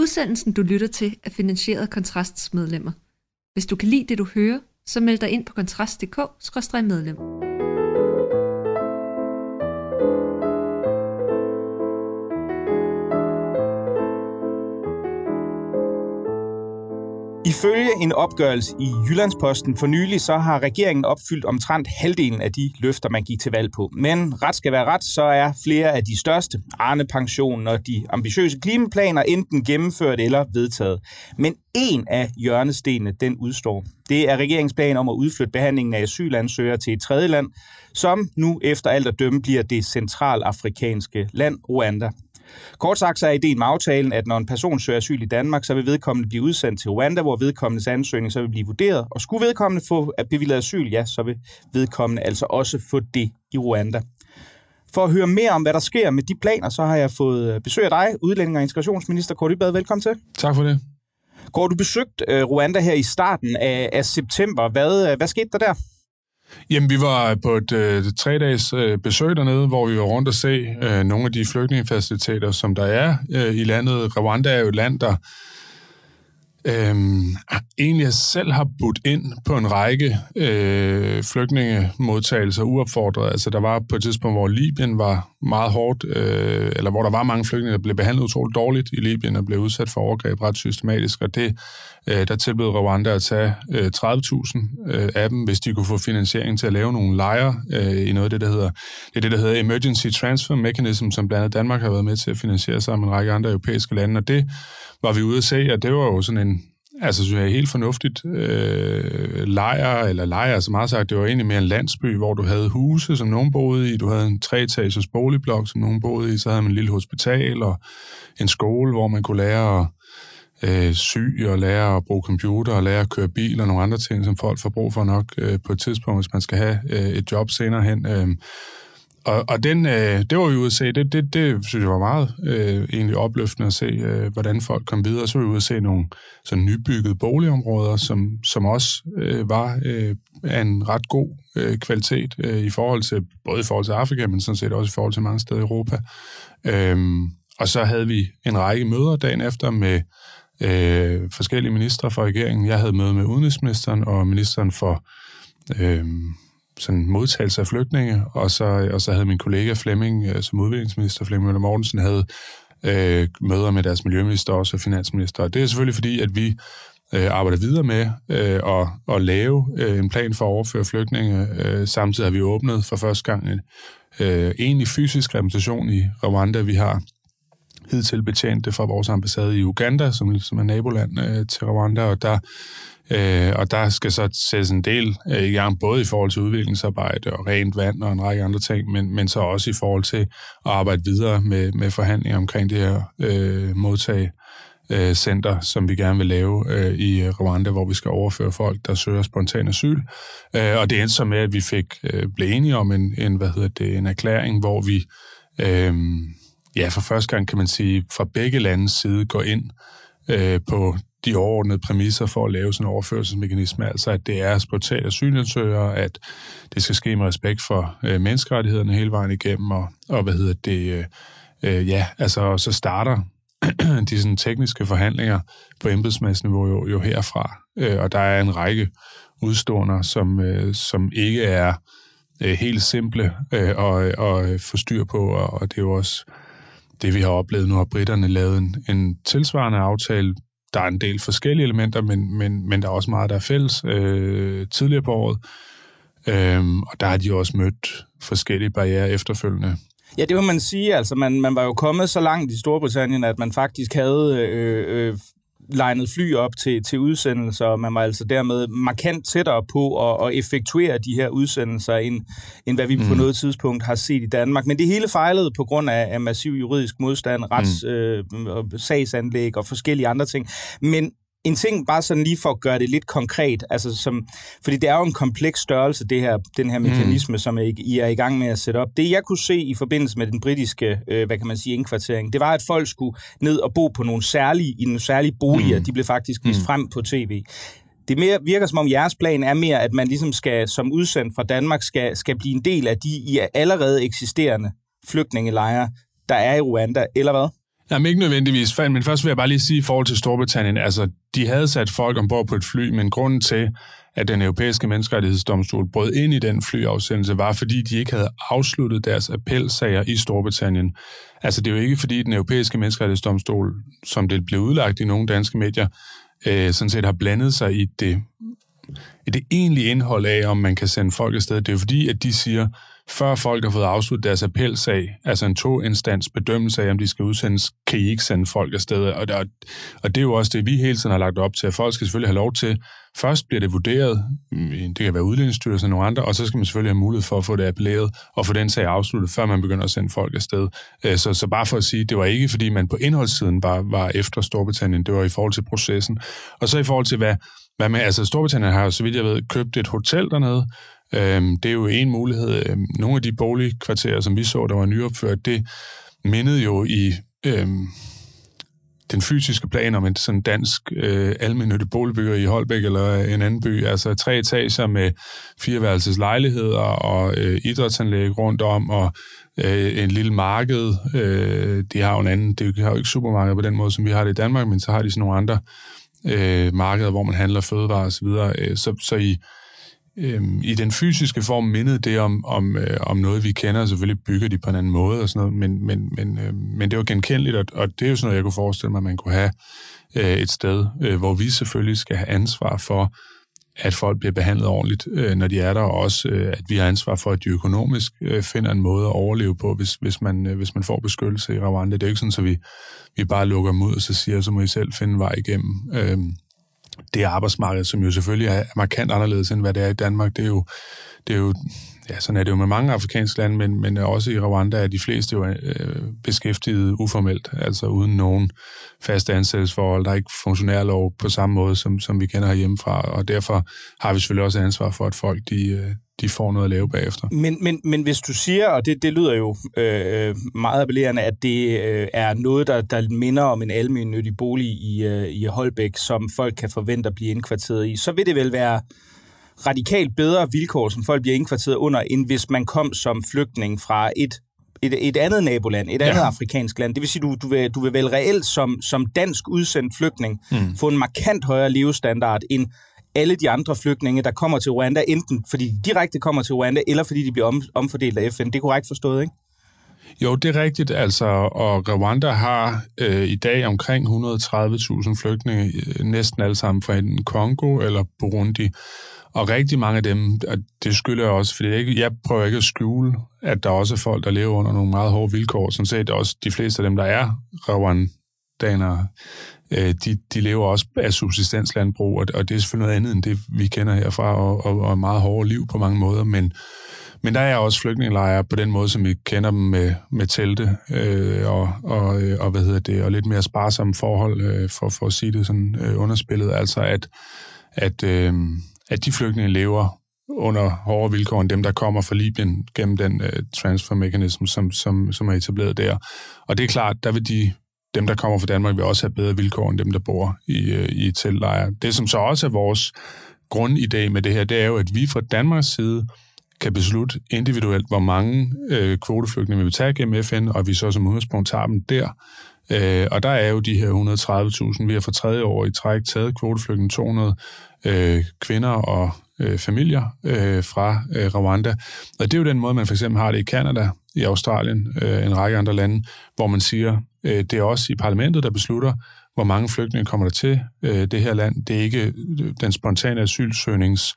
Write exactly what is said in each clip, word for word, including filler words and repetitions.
Udsendelsen, du lytter til, er finansieret af Kontrasts medlemmer. Hvis du kan lide det, du hører, så meld dig ind på kontrast punktum d k skråstreg medlem. Ifølge en opgørelse i Jyllandsposten for nylig, så har regeringen opfyldt omtrent halvdelen af de løfter, man gik til valg på. Men ret skal være ret, så er flere af de største, Arne-pensionen og de ambitiøse klimaplaner, enten gennemført eller vedtaget. Men en af hjørnestenene, den udstår. Det er regeringens om at udflytte behandlingen af asylansøgere til et tredje land, som nu efter alt at dømme bliver det centralafrikanske land Rwanda. Kort sagt så er ideen med aftalen, at når en person søger asyl i Danmark, så vil vedkommende blive udsendt til Rwanda, hvor vedkommendes ansøgning så vil blive vurderet. Og skulle vedkommende få bevilget asyl, ja, så vil vedkommende altså også få det i Rwanda. For at høre mere om, hvad der sker med de planer, så har jeg fået besøg af dig, udlænding- og integrationsminister Kaare Dybvad. Velkommen til. Tak for det. Kaare, du besøgte uh, Rwanda her i starten af, af september. Hvad, uh, hvad skete der der? Jamen, vi var på et øh, tre-dages øh, besøg dernede, hvor vi var rundt og se øh, nogle af de flygtningefaciliteter, som der er øh, i landet. Rwanda er jo et land, der øh, egentlig selv har budt ind på en række øh, flygtningemodtagelser uopfordret. Altså, der var på et tidspunkt, hvor Libyen var meget hårdt, øh, eller hvor der var mange flygtninge, der blev behandlet utroligt dårligt i Libyen og blev udsat for overgreb ret systematisk, og det øh, der tilbød Rwanda at tage øh, tredive tusind øh, af dem, hvis de kunne få finansiering til at lave nogle lejre øh, i noget af det, der hedder, det er det, der hedder Emergency Transfer Mechanism, som blandt andet Danmark har været med til at finansiere sammen med en række andre europæiske lande, og det var vi ude at se, og det var jo sådan en, altså synes jeg, helt fornuftigt øh, lejr, eller lejr, så meget sagt, det var egentlig mere en landsby, hvor du havde huse, som nogen boede i, du havde en treetagers boligblok, som nogen boede i, så havde man en lille hospital og en skole, hvor man kunne lære at øh, sy og lære at bruge computer og lære at køre bil og nogle andre ting, som folk får brug for nok øh, på et tidspunkt, hvis man skal have øh, et job senere hen. Øh, Og, og den, øh, det var vi ude at se, det, det, det synes jeg var meget øh, egentlig opløftende at se, øh, hvordan folk kom videre. Så var vi ude at se nogle sådan nybyggede boligområder, som, som også øh, var øh, af en ret god øh, kvalitet øh, i forhold til, både i forhold til Afrika, men sådan set også i forhold til mange steder i Europa. Øhm, og så havde vi en række møder dagen efter med øh, forskellige ministre fra regeringen. Jeg havde møde med udenrigsministeren og ministeren for Øh, sådan modtagelse af flygtninge, og så, og så havde min kollega Flemming, øh, som udviklingsminister, Flemming Møller Mortensen, havde øh, møder med deres miljøminister og finansminister. Og det er selvfølgelig fordi, at vi øh, arbejder videre med øh, at, at lave øh, en plan for at overføre flygtninge. Øh, samtidig har vi åbnet for første gang en øh, egentlig fysisk repræsentation i Rwanda. Vi har hidtil betjent det fra vores ambassade i Uganda, som, som er naboland øh, til Rwanda, og der Øh, og der skal så sættes en del øh, i gang, både i forhold til udviklingsarbejde og rent vand og en række andre ting, men, men så også i forhold til at arbejde videre med, med forhandlinger omkring det her øh, modtagecenter, som vi gerne vil lave øh, i Rwanda, hvor vi skal overføre folk, der søger spontan asyl. Øh, og det endte så med, at vi fik øh, blev enige om en, en, hvad hedder det, en erklæring, hvor vi øh, ja, for første gang, kan man sige, fra begge landes side går ind øh, på de overordnede præmisser for at lave sådan en overførselsmekanisme, altså at det er spontant asylansøgere, at det skal ske med respekt for øh, menneskerettighederne hele vejen igennem, og, og hvad hedder det, øh, ja, altså så starter de sådan tekniske forhandlinger på embedsmandsniveau jo, jo herfra, øh, og der er en række udståender, som, øh, som ikke er øh, helt simple øh, og, og få styr på, og, og det er jo også det, vi har oplevet. Nu har britterne lavet en, en tilsvarende aftale. Der er en del forskellige elementer, men, men, men der er også meget, der er fælles øh, tidligere på året. Øhm, og der har de også mødt forskellige barrierer efterfølgende. Ja, det må man sige. Altså, man, man var jo kommet så langt i Storbritannien, at man faktisk havde øh, øh, legnet fly op til, til udsendelser, og man var altså dermed markant tættere på at, at effektuere de her udsendelser, end, end hvad vi mm. på noget tidspunkt har set i Danmark. Men det hele fejlede på grund af, af massiv juridisk modstand, rets, mm. øh, sagsanlæg og forskellige andre ting. Men en ting, bare sådan lige for at gøre det lidt konkret, altså som, fordi det er jo en kompleks størrelse, det her, den her mekanisme, mm. som I er i gang med at sætte op. Det, jeg kunne se i forbindelse med den britiske, øh, hvad kan man sige, indkvartering, det var, at folk skulle ned og bo på nogle særlige, i nogle særlige boliger. Mm. De blev faktisk vist mm. frem på tv. Det mere, virker som om jeres plan er mere, at man ligesom skal, som udsendt fra Danmark, skal, skal blive en del af de i allerede eksisterende flygtningelejre, der er i Rwanda, eller hvad? Jamen ikke nødvendigvis, men først vil jeg bare lige sige i forhold til Storbritannien, altså de havde sat folk ombord på et fly, men grunden til, at den europæiske menneskerettighedsdomstol brød ind i den flyafsendelse, var fordi de ikke havde afsluttet deres appelsager i Storbritannien. Altså det er jo ikke fordi den europæiske menneskerettighedsdomstol, som det blev udlagt i nogle danske medier, øh, sådan set har blandet sig i det, i det egentlige indhold af, om man kan sende folk afsted. Det er jo fordi, at de siger, før folk har fået afsluttet deres appelsag, altså en to-instans bedømmelse af, om de skal udsendes, kan I ikke sende folk afsted. Og, der, og det er jo også det, vi hele tiden har lagt op til, at folk skal selvfølgelig have lov til. Først bliver det vurderet, det kan være Udlændingsstyrelsen og nogle andre, og så skal man selvfølgelig have mulighed for at få det appelleret og få den sag afsluttet, før man begynder at sende folk afsted. Så, så bare for at sige, det var ikke, fordi man på indholdssiden bare var efter Storbritannien, det var i forhold til processen. Og så i forhold til, hvad, hvad med, altså Storbritannien har jo, så vidt jeg ved, købt et hotel dernede. Det er jo en mulighed. Nogle af de boligkvarterer, som vi så, der var nyopført, det mindede jo i øhm, den fysiske plan om en sådan dansk øh, almennyttig boligbygger i Holbæk eller en anden by. Altså tre etager med fireværelses lejligheder og øh, idrætsanlæg rundt om og øh, en lille marked. Øh, de har jo en anden, de har jo ikke supermarked på den måde, som vi har det i Danmark, men så har de sådan nogle andre øh, markeder, hvor man handler fødevarer og så videre. Så, så i Øhm, I den fysiske form mindede det om, om, øh, om noget, vi kender, og selvfølgelig bygger de på en anden måde og sådan noget, men, men, men, øh, men det var genkendeligt, og, og det er jo sådan noget, jeg kunne forestille mig, at man kunne have øh, et sted, øh, hvor vi selvfølgelig skal have ansvar for, at folk bliver behandlet ordentligt, øh, når de er der, og også øh, at vi har ansvar for, at de økonomisk øh, finder en måde at overleve på, hvis, hvis, man, øh, hvis man får beskyttelse i Rwanda. Det er jo ikke sådan, at vi, vi bare lukker dem ud og så siger, så må I selv finde vej igennem. Øh, Det arbejdsmarked, som jo selvfølgelig er markant anderledes, end hvad det er i Danmark, det er jo, det er jo ja, sådan er det jo med mange afrikanske lande, men, men også i Rwanda er de fleste jo øh, beskæftiget uformelt, altså uden nogen faste ansættelsesforhold. Der er ikke funktionærlov på samme måde, som, som vi kender herhjemmefra, og derfor har vi selvfølgelig også ansvar for, at folk de, de får noget at lave bagefter. Men, men, men hvis du siger, og det, det lyder jo øh, meget appellerende, at det øh, er noget, der, der minder om en almennyttig bolig i, øh, i Holbæk, som folk kan forvente at blive indkvarteret i, så vil det vel være radikalt bedre vilkår, som folk bliver indkvarteret under, end hvis man kom som flygtning fra et, et, et andet naboland, et andet ja. afrikansk land. Det vil sige, du, du, vil, du vil vel reelt som, som dansk udsendt flygtning mm. få en markant højere levestandard end alle de andre flygtninge, der kommer til Rwanda, enten fordi de direkte kommer til Rwanda, eller fordi de bliver om, omfordelt af F N. Det er korrekt forstået, ikke? Jo, det er rigtigt, altså, og Rwanda har øh, i dag omkring et hundrede og tredive tusind flygtninge, næsten alle sammen fra enten Kongo eller Burundi, og rigtig mange af dem, og det skylder jeg også, fordi jeg, ikke, jeg prøver ikke at skjule, at der også er folk, der lever under nogle meget hårde vilkår, sådan set også de fleste af dem, der er rwandanere, øh, de, de lever også af subsistenslandbrug, og, og det er selvfølgelig noget andet end det, vi kender herfra, og, og, og meget hårde liv på mange måder, men Men der er også flygtningelejre på den måde, som vi kender dem med, med telte øh, og, og, og, hvad hedder det, og lidt mere sparsomme forhold, øh, for, for at sige det sådan øh, underspillet. Altså, at, at, øh, at de flygtninge lever under hårdere vilkår end dem, der kommer fra Libyen gennem den øh, transfer mechanism, som, som, som er etableret der. Og det er klart, der vil de, dem, der kommer fra Danmark, vil også have bedre vilkår end dem, der bor i, øh, i teltlejre. Det, som så også er vores grundidé med det her, det er jo, at vi fra Danmarks side kan beslutte individuelt, hvor mange øh, kvoteflygtninge vi vil tage gennem F N, og vi så som udgangspunkt tager dem der. Øh, og der er jo de her et hundrede og tredive tusind. Vi har for tredje år i træk taget kvoteflygtninge to hundrede øh, kvinder og øh, familier øh, fra øh, Rwanda. Og det er jo den måde, man for eksempel har det i Canada, i Australien, øh, en række andre lande, hvor man siger, øh, det er også i parlamentet, der beslutter, hvor mange flygtninge kommer der til øh, det her land. Det er ikke den spontane asylsøgnings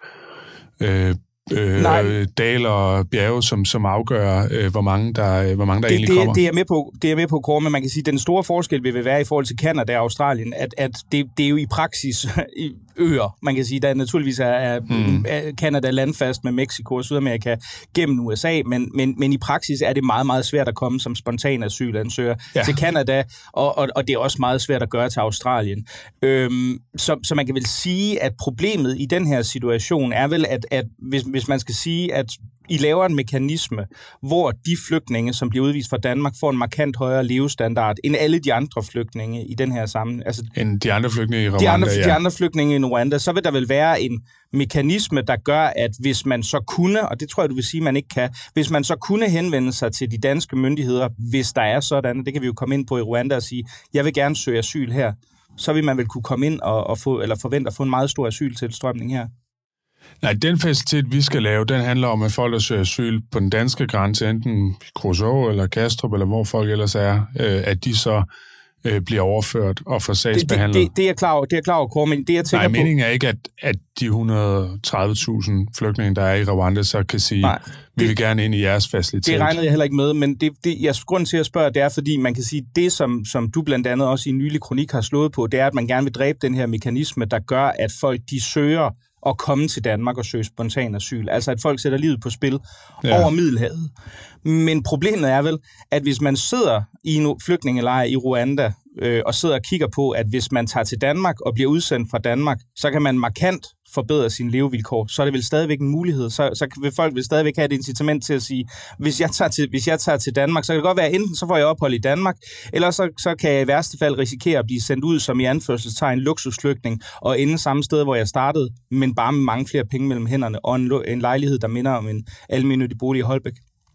øh, Øh, dale og bjerge, som, som afgør, øh, hvor mange der, hvor mange der det, egentlig det, kommer. Det er med på, det er med på Kåre, men man kan sige, at den store forskel vil være i forhold til Canada og Australien, at, at det, det er jo i praksis øer. Man kan sige, der naturligvis er, er hmm. Canada landfast med Mexico og Sydamerika gennem U S A, men, men, men i praksis er det meget, meget svært at komme som spontan asylansøger ja. til Canada, og, og, og det er også meget svært at gøre til Australien. Øhm, så, så man kan vel sige, at problemet i den her situation er vel, at, at hvis, hvis man skal sige, at I laver en mekanisme, hvor de flygtninge, som bliver udvist fra Danmark, får en markant højere levestandard end alle de andre flygtninge i den her sammenhæng. Altså, end de andre flygtninge i Rwanda, de andre, ja. De andre flygtninge i Rwanda, så vil der vel være en mekanisme, der gør, at hvis man så kunne, og det tror jeg, du vil sige, man ikke kan, hvis man så kunne henvende sig til de danske myndigheder, hvis der er sådan, det kan vi jo komme ind på i Rwanda og sige, jeg vil gerne søge asyl her, så vil man vel kunne komme ind og, og få, eller forvente at få en meget stor asyltilstrømning her. Nej, den facilitet, vi skal lave, den handler om, at folk, der søger asyl på den danske grænse, enten Kruså eller Kastrup, eller hvor folk ellers er, øh, at de så øh, bliver overført og får sagsbehandlet. Det, det, det, det er jeg klar over, det er jeg klar over, Kåre, men det jeg tænker Nej, på... Nej, meningen er ikke, at, at de et hundrede og tredive tusind flygtninge, der er i Rwanda, så kan sige, Nej, det, vi vil gerne ind i jeres facilitet. Det regnede jeg heller ikke med, men det, det, jeg grund til at spørge, det er, fordi man kan sige, det som, som du blandt andet også i en nylig kronik har slået på, det er, at man gerne vil dræbe den her mekanisme, der gør, at folk de søger at komme til Danmark og søge spontan asyl. Altså at folk sætter livet på spil ja. over Middelhavet. Men problemet er vel, at hvis man sidder i en flygtningelejr i Rwanda øh, og sidder og kigger på, at hvis man tager til Danmark og bliver udsendt fra Danmark, så kan man markant forbedre sine levevilkår, så er det vel stadigvæk en mulighed. Så, så vil folk vil stadigvæk have et incitament til at sige, hvis jeg tager til, hvis jeg tager til Danmark, så kan det godt være, enten så får jeg ophold i Danmark, eller så, så kan jeg i værste fald risikere at blive sendt ud som i anførselstegn luksusflygtning, og ende samme sted, hvor jeg startede, men bare med mange flere penge mellem hænderne, og en, en lejlighed, der minder om en almennyttig bolig i Holbæk.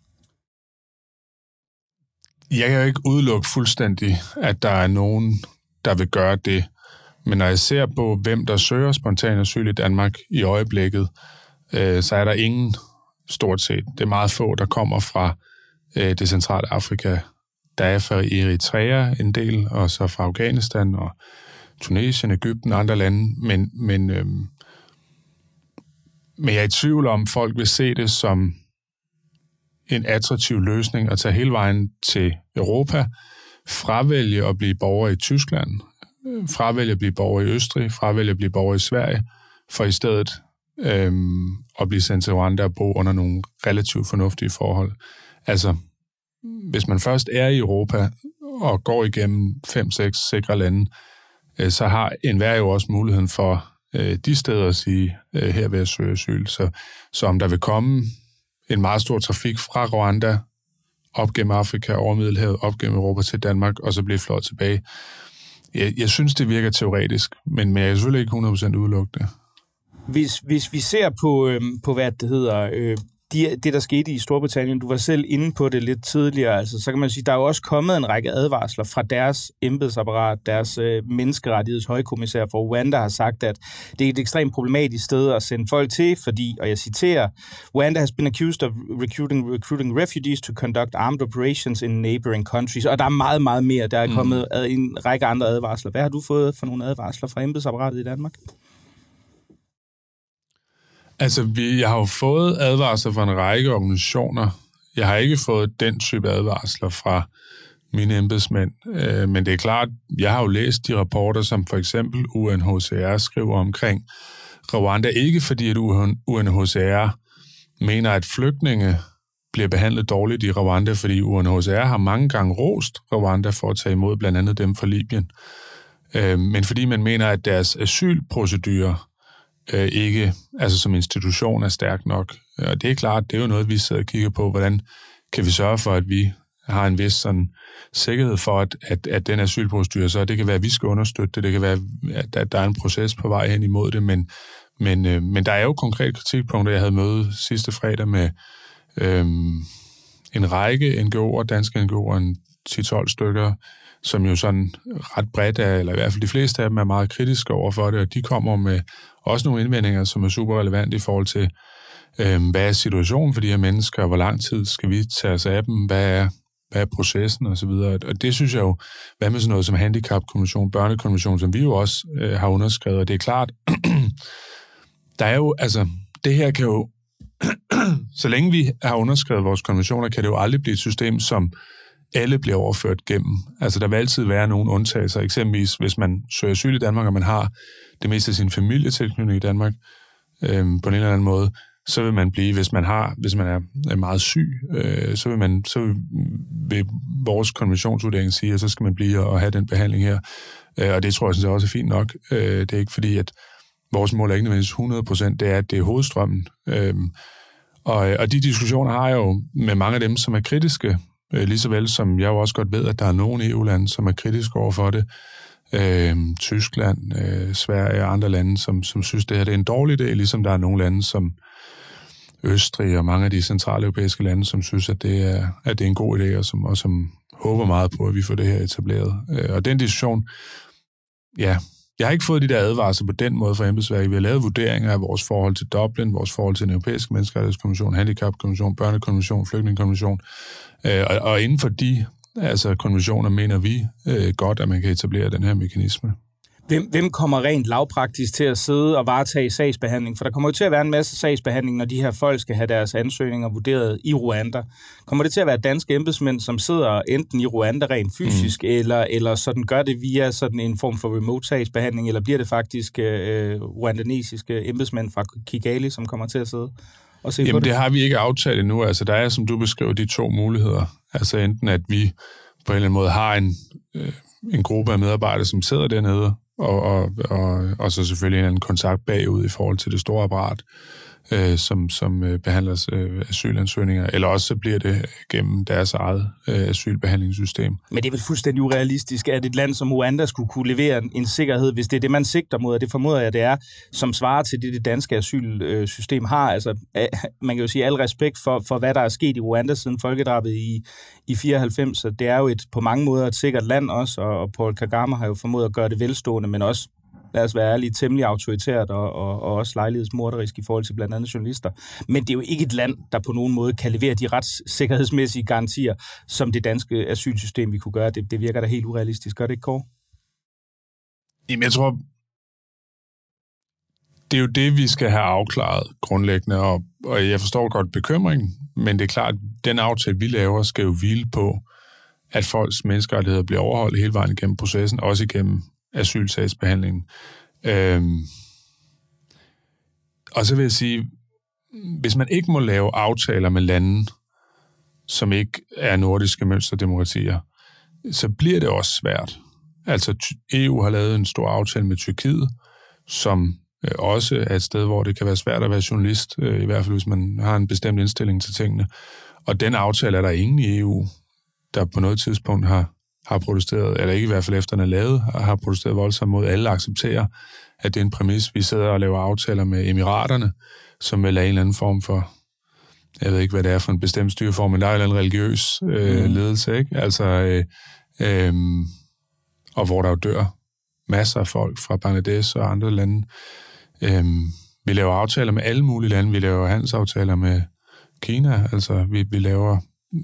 Jeg kan jo ikke udelukke fuldstændig, at der er nogen, der vil gøre det. Men når jeg ser på, hvem der søger spontan asyl i Danmark i øjeblikket, øh, så er der ingen stort set. Det er meget få, der kommer fra øh, det centrale Afrika. Der er fra Eritrea en del, og så fra Afghanistan og Tunesien, Egypten og andre lande. Men, men, øh, men jeg er i tvivl om, folk vil se det som en attraktiv løsning at tage hele vejen til Europa, fravælge at blive borger i Tyskland, fravælge at blive borger i Østrig, fravælge at blive borger i Sverige, for i stedet øhm, at blive sendt til Rwanda og bo under nogle relativt fornuftige forhold. Altså, hvis man først er i Europa og går igennem fem, seks sikre lande, øh, så har enhver jo også muligheden for øh, de steder at sige, øh, her vil jeg søge asyl. Så, så om der vil komme en meget stor trafik fra Rwanda op gennem Afrika, over Middelhavet, op gennem Europa til Danmark, og så blive flot tilbage. Jeg, jeg synes, det virker teoretisk, men, men jeg er selvfølgelig ikke hundrede procent udelukket. Hvis, hvis vi ser på, øhm, på hvad det hedder, øh, de, det der skete i Storbritannien, du var selv inde på det lidt tidligere, altså, så kan man sige, der er jo også kommet en række advarsler fra deres embedsapparat, deres øh, menneskerettighedshøjkommissær for Rwanda har sagt, at det er et ekstremt problematisk sted at sende folk til, fordi, og jeg citerer, Rwanda has been accused of recruiting, recruiting refugees to conduct armed operations in neighboring countries, og der er meget, meget mere. Der er mm. kommet en række andre advarsler. Hvad har du fået for nogle advarsler fra embedsapparatet i Danmark? Altså, vi, jeg har jo fået advarsler fra en række organisationer. Jeg har ikke fået den type advarsler fra mine embedsmænd, øh, men det er klart, jeg har jo læst de rapporter, som for eksempel U N H C R skriver omkring Rwanda, ikke fordi at U N H C R mener, at flygtninge bliver behandlet dårligt i Rwanda, fordi U N H C R har mange gange rost Rwanda for at tage imod blandt andet dem fra Libyen, øh, men fordi man mener, at deres asylprocedurer Øh, ikke, altså som institution er stærk nok. Og det er klart, det er jo noget, vi sidder og kigger på, hvordan kan vi sørge for, at vi har en vis sådan sikkerhed for, at, at, at den asylprocedure, så det kan være, at vi skal understøtte det, det kan være, at, at der er en proces på vej hen imod det, men, men, øh, men der er jo konkret kritikpunkter. Jeg havde møde sidste fredag med øh, en række N G O'er, danske N G O'er, en ti til tolv stykker, som jo sådan ret bredt er, eller i hvert fald de fleste af dem er meget kritiske over for det, og de kommer med også nogle indvendinger, som er super relevante i forhold til, øh, hvad er situationen for de her mennesker, hvor lang tid skal vi tage os af dem, hvad er, hvad er processen osv. Og det synes jeg jo, hvad med sådan noget som handicapkonvention, børnekonvention, som vi jo også øh, har underskrevet, og det er klart, der er jo, altså, det her kan jo, så længe vi har underskrevet vores konventioner, kan det jo aldrig blive et system, som alle bliver overført gennem. Altså, der vil altid være nogle undtagelser. Eksempelvis, hvis man søger asyl i Danmark, og man har det meste af sin familietilknytning i Danmark, øhm, på en eller anden måde, så vil man blive, hvis man har, hvis man er, er meget syg, øh, så vil man, så vil vores konventionsvurdering sige, at så skal man blive og have den behandling her. Øh, og det tror jeg synes jeg også er fint nok. Øh, det er ikke fordi, at vores mål er ikke nødvendigvis hundrede procent, det er, at det er hovedstrømmen. Øhm, og, og de diskussioner har jeg jo med mange af dem, som er kritiske, øh, lige så vel som jeg jo også godt ved, at der er nogle E U-lande, som er kritiske over for det. Øhm, Tyskland, øh, Sverige og andre lande, som, som synes, det her det er en dårlig idé, ligesom der er nogle lande, som Østrig og mange af de centrale europæiske lande, som synes, at det er, at det er en god idé, og som, og som håber meget på, at vi får det her etableret. Øh, og den diskussion, ja, jeg har ikke fået de der advarsler på den måde fra embedsværket. Vi har lavet vurderinger af vores forhold til Dublin, vores forhold til den europæiske menneskerettighedskonvention, handicapkonvention, børnekonvention, flygtningekonvention. Øh, og, og inden for de altså, konventioner mener vi øh, godt, at man kan etablere den her mekanisme. Hvem, hvem kommer rent lavpraktisk til at sidde og varetage sagsbehandling? For der kommer jo til at være en masse sagsbehandling, når de her folk skal have deres ansøgninger vurderet i Rwanda. Kommer det til at være danske embedsmænd, som sidder enten i Rwanda rent fysisk, mm. eller, eller sådan gør det via sådan en form for remote sagsbehandling, eller bliver det faktisk øh, rwandanesiske embedsmænd fra Kigali, som kommer til at sidde og se Jamen, på det? det har vi ikke aftalt endnu. Altså, der er, som du beskriver, de to muligheder. Altså enten, at vi på en eller anden måde har en, øh, en gruppe af medarbejdere, som sidder dernede, Og, og, og, og så selvfølgelig en kontakt bagud i forhold til det store apparat, øh, som, som øh, behandler øh, asylansøgninger, eller også så bliver det gennem deres eget øh, asylbehandlingssystem. Men det er vel fuldstændig urealistisk, at et land som Rwanda skulle kunne levere en, en sikkerhed, hvis det er det, man sigter mod, og det formoder jeg, det er, som svarer til det, det danske asylsystem har. Altså, man kan jo sige al respekt for, for, hvad der er sket i Rwanda siden folkedrabet i, i fireoghalvfems, så det er jo et, på mange måder et sikkert land også, og, og Paul Kagame har jo formået at gøre det velstående, men også, lad os være ærlige, temmelig autoritært og, og, og også lejlighedsmorderisk i forhold til blandt andet journalister. Men det er jo ikke et land, der på nogen måde kan levere de retssikkerhedsmæssige garantier, som det danske asylsystem vi kunne gøre. Det, det virker da helt urealistisk. Gør det ikke, Kåre? Jamen, jeg tror, det er jo det, vi skal have afklaret grundlæggende, og, og jeg forstår godt bekymringen, men det er klart, at den aftale, vi laver, skal jo hvile på, at folks menneskerettigheder bliver overholdt hele vejen igennem processen, også igennem asylsagsbehandlingen. Øhm. Og så vil jeg sige, hvis man ikke må lave aftaler med lande, som ikke er nordiske mønsterdemokratier, så bliver det også svært. Altså E U har lavet en stor aftale med Tyrkiet, som øh, også er et sted, hvor det kan være svært at være journalist, øh, i hvert fald hvis man har en bestemt indstilling til tingene. Og den aftale er der ingen i E U, der på noget tidspunkt har har protesteret, eller ikke i hvert fald efter den er lavet, har protesteret voldsomt mod. Alle accepterer, at det er en præmis. Vi sidder og laver aftaler med Emiraterne, som vil have en eller anden form for, jeg ved ikke, hvad det er for en bestemt styreform, men der er en eller anden religiøs øh, mm. ledelse, ikke? Altså, øh, øh, og hvor der jo dør masser af folk fra Bangladesh og andre lande. Øh, vi laver aftaler med alle mulige lande. Vi laver handelsaftaler med Kina, altså vi, vi laver...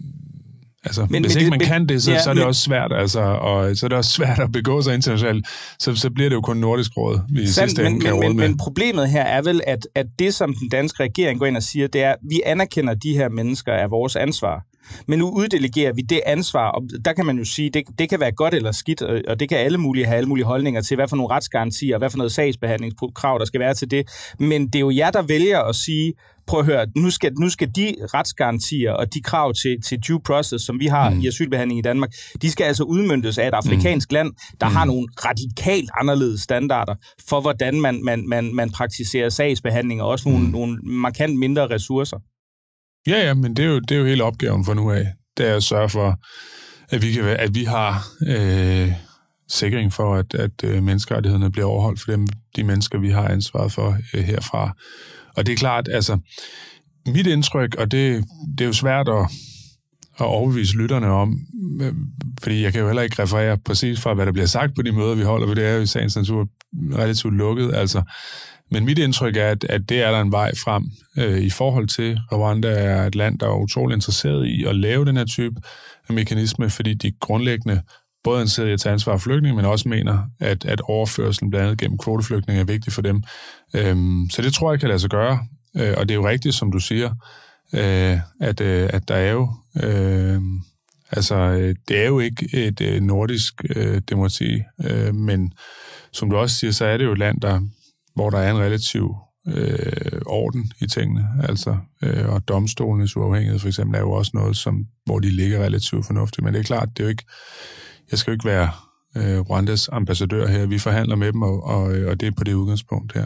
Altså, men, hvis men, ikke man men, kan det, så, ja, så er det men, også svært, altså, og så er det også svært at begå sig internationalt, så, så bliver det jo kun Nordisk Råd, vi i sidste ende kan råde med. Men problemet her er vel, at, at det, som den danske regering går ind og siger, det er, at vi anerkender, de her mennesker er vores ansvar. Men nu uddelegerer vi det ansvar, og der kan man jo sige, det, det kan være godt eller skidt, og det kan alle mulige have alle mulige holdninger til, hvad for nogle retsgarantier, hvad for noget sagsbehandlingskrav, der skal være til det. Men det er jo jer, der vælger at sige, prøv at høre, nu skal, nu skal de retsgarantier og de krav til, til due process, som vi har mm. i asylbehandling i Danmark, de skal altså udmøntes af et afrikansk mm. land, der mm. har nogle radikalt anderledes standarder for, hvordan man, man, man, man praktiserer sagsbehandling, og også nogle, mm. nogle markant mindre ressourcer. Ja, ja, men det er jo, det er jo hele opgaven for nu af. Det er at sørge for, at vi, kan, at vi har øh, sikring for, at, at øh, menneskerettighederne bliver overholdt for dem, de mennesker, vi har ansvaret for øh, herfra. Og det er klart, altså, mit indtryk, og det, det er jo svært at, at overbevise lytterne om, øh, fordi jeg kan jo heller ikke referere præcis fra, hvad der bliver sagt på de møder, vi holder, for det er jo i sagens natur relativt lukket, altså. Men mit indtryk er, at, at det er der en vej frem øh, i forhold til. Rwanda er et land, der er utrolig interesseret i at lave den her type af mekanisme, fordi de grundlæggende både er interesseret i at tage ansvar for flygtninge, men også mener, at, at overførselen blandt andet gennem kvoteflygtninge er vigtig for dem. Øhm, så det tror jeg kan lade sig gøre. Øh, og det er jo rigtigt, som du siger, øh, at, øh, at der er jo... Øh, altså, det er jo ikke et øh, nordisk øh, demokrati, øh, men som du også siger, så er det jo et land, der... hvor der er en relativ øh, orden i tingene, altså, øh, og domstolenes uafhængighed for eksempel er jo også noget, som, hvor de ligger relativt fornuftigt, men det er klart, det er jo ikke, jeg skal jo ikke være øh, Rwandas ambassadør her, vi forhandler med dem, og, og, og det er på det udgangspunkt her.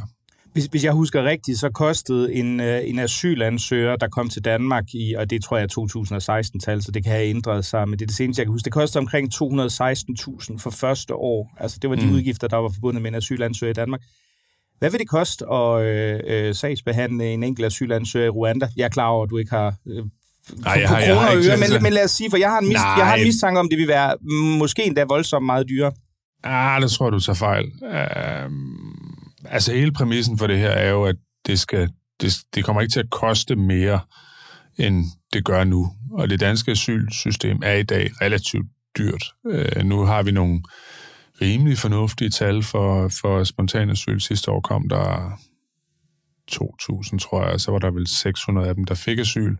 Hvis, hvis jeg husker rigtigt, så kostede en, en asylansøger, der kom til Danmark i, og det tror jeg er to tusind og seksten-tal, så det kan have ændret sig, men det er det seneste, jeg kan huske. Det kostede omkring to hundrede og seksten tusind for første år. Altså det var de mm. udgifter, der var forbundet med en asylansøger i Danmark. Hvad vil det koste at øh, øh, sagsbehandle en enkelt asylansøger i Rwanda? Jeg er klar over, at du ikke har... Øh, Nej, jeg har, jeg har ikke øre, men, men lad os sige, for jeg har en, mis, jeg har en mistanke om, det vil være måske endda voldsomt meget dyrere. Ah, det tror jeg, du tager fejl. Uh, altså hele præmissen for det her er jo, at det, skal, det, det kommer ikke til at koste mere, end det gør nu. Og det danske asylsystem er i dag relativt dyrt. Uh, nu har vi nogle rimelig fornuftige tal for, for spontan asyl. Sidste år kom der to tusind, tror jeg, og så var der vel seks hundrede af dem, der fik asyl.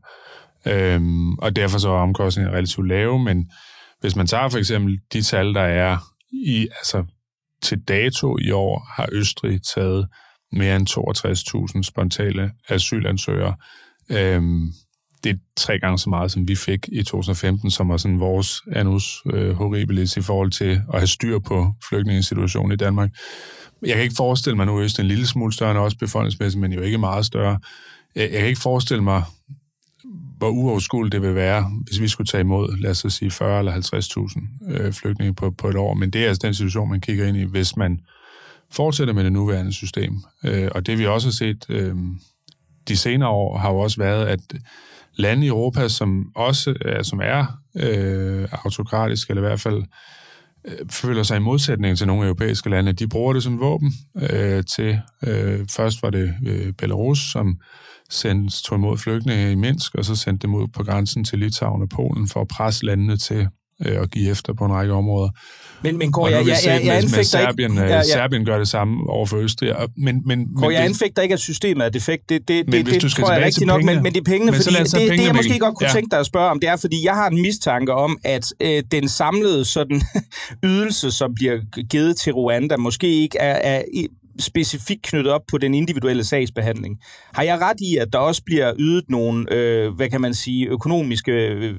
Øhm, og derfor så er omkostningerne relativt lave, men hvis man tager for eksempel de tal, der er i, altså til dato i år, har Østrig taget mere end toogtres tusind spontane asylansøgere. Øhm, det er tre gange så meget, som vi fik i to tusind og femten, som var sådan vores annus øh, horribilis i forhold til at have styr på flygtningesituationen i Danmark. Jeg kan ikke forestille mig, nu er Østrig en lille smule større end også befolkningsmæssigt, men jo ikke meget større. Jeg kan ikke forestille mig, hvor uoverskueligt det vil være, hvis vi skulle tage imod, lad os så sige, fyrre eller halvtreds tusind øh, flygtninge på, på et år. Men det er altså den situation, man kigger ind i, hvis man fortsætter med det nuværende system. Øh, og det vi også har set øh, de senere år, har jo også været, at lande i Europa, som også er, som er øh, autokratiske, eller i hvert fald øh, føler sig i modsætning til nogle europæiske lande, de bruger det som våben øh, til, øh, først var det øh, Belarus, som sendte, tog imod flygtninge i Minsk, og så sendte dem ud på grænsen til Litauen og Polen for at presse landene til øh, at give efter på en række områder. Men, men Kåre, jeg, jeg, jeg, jeg anfægter Serbien, ikke... Ja, ja. Serbien gør det samme over for Østrig. Men, men, Kåre, men jeg det, anfægter ikke, at systemet er defekt. Det, det, men det, det tror jeg rigtig nok, pengene, men, men det er pengene, fordi det, pengene, det jeg måske godt kunne ja. tænke dig at spørge om, det er, fordi jeg har en mistanke om, at øh, den samlede sådan, ydelse, som bliver givet til Rwanda, måske ikke er... er specifikt knyttet op på den individuelle sagsbehandling. Har jeg ret i, at der også bliver ydet nogle, øh, hvad kan man sige, økonomiske øh,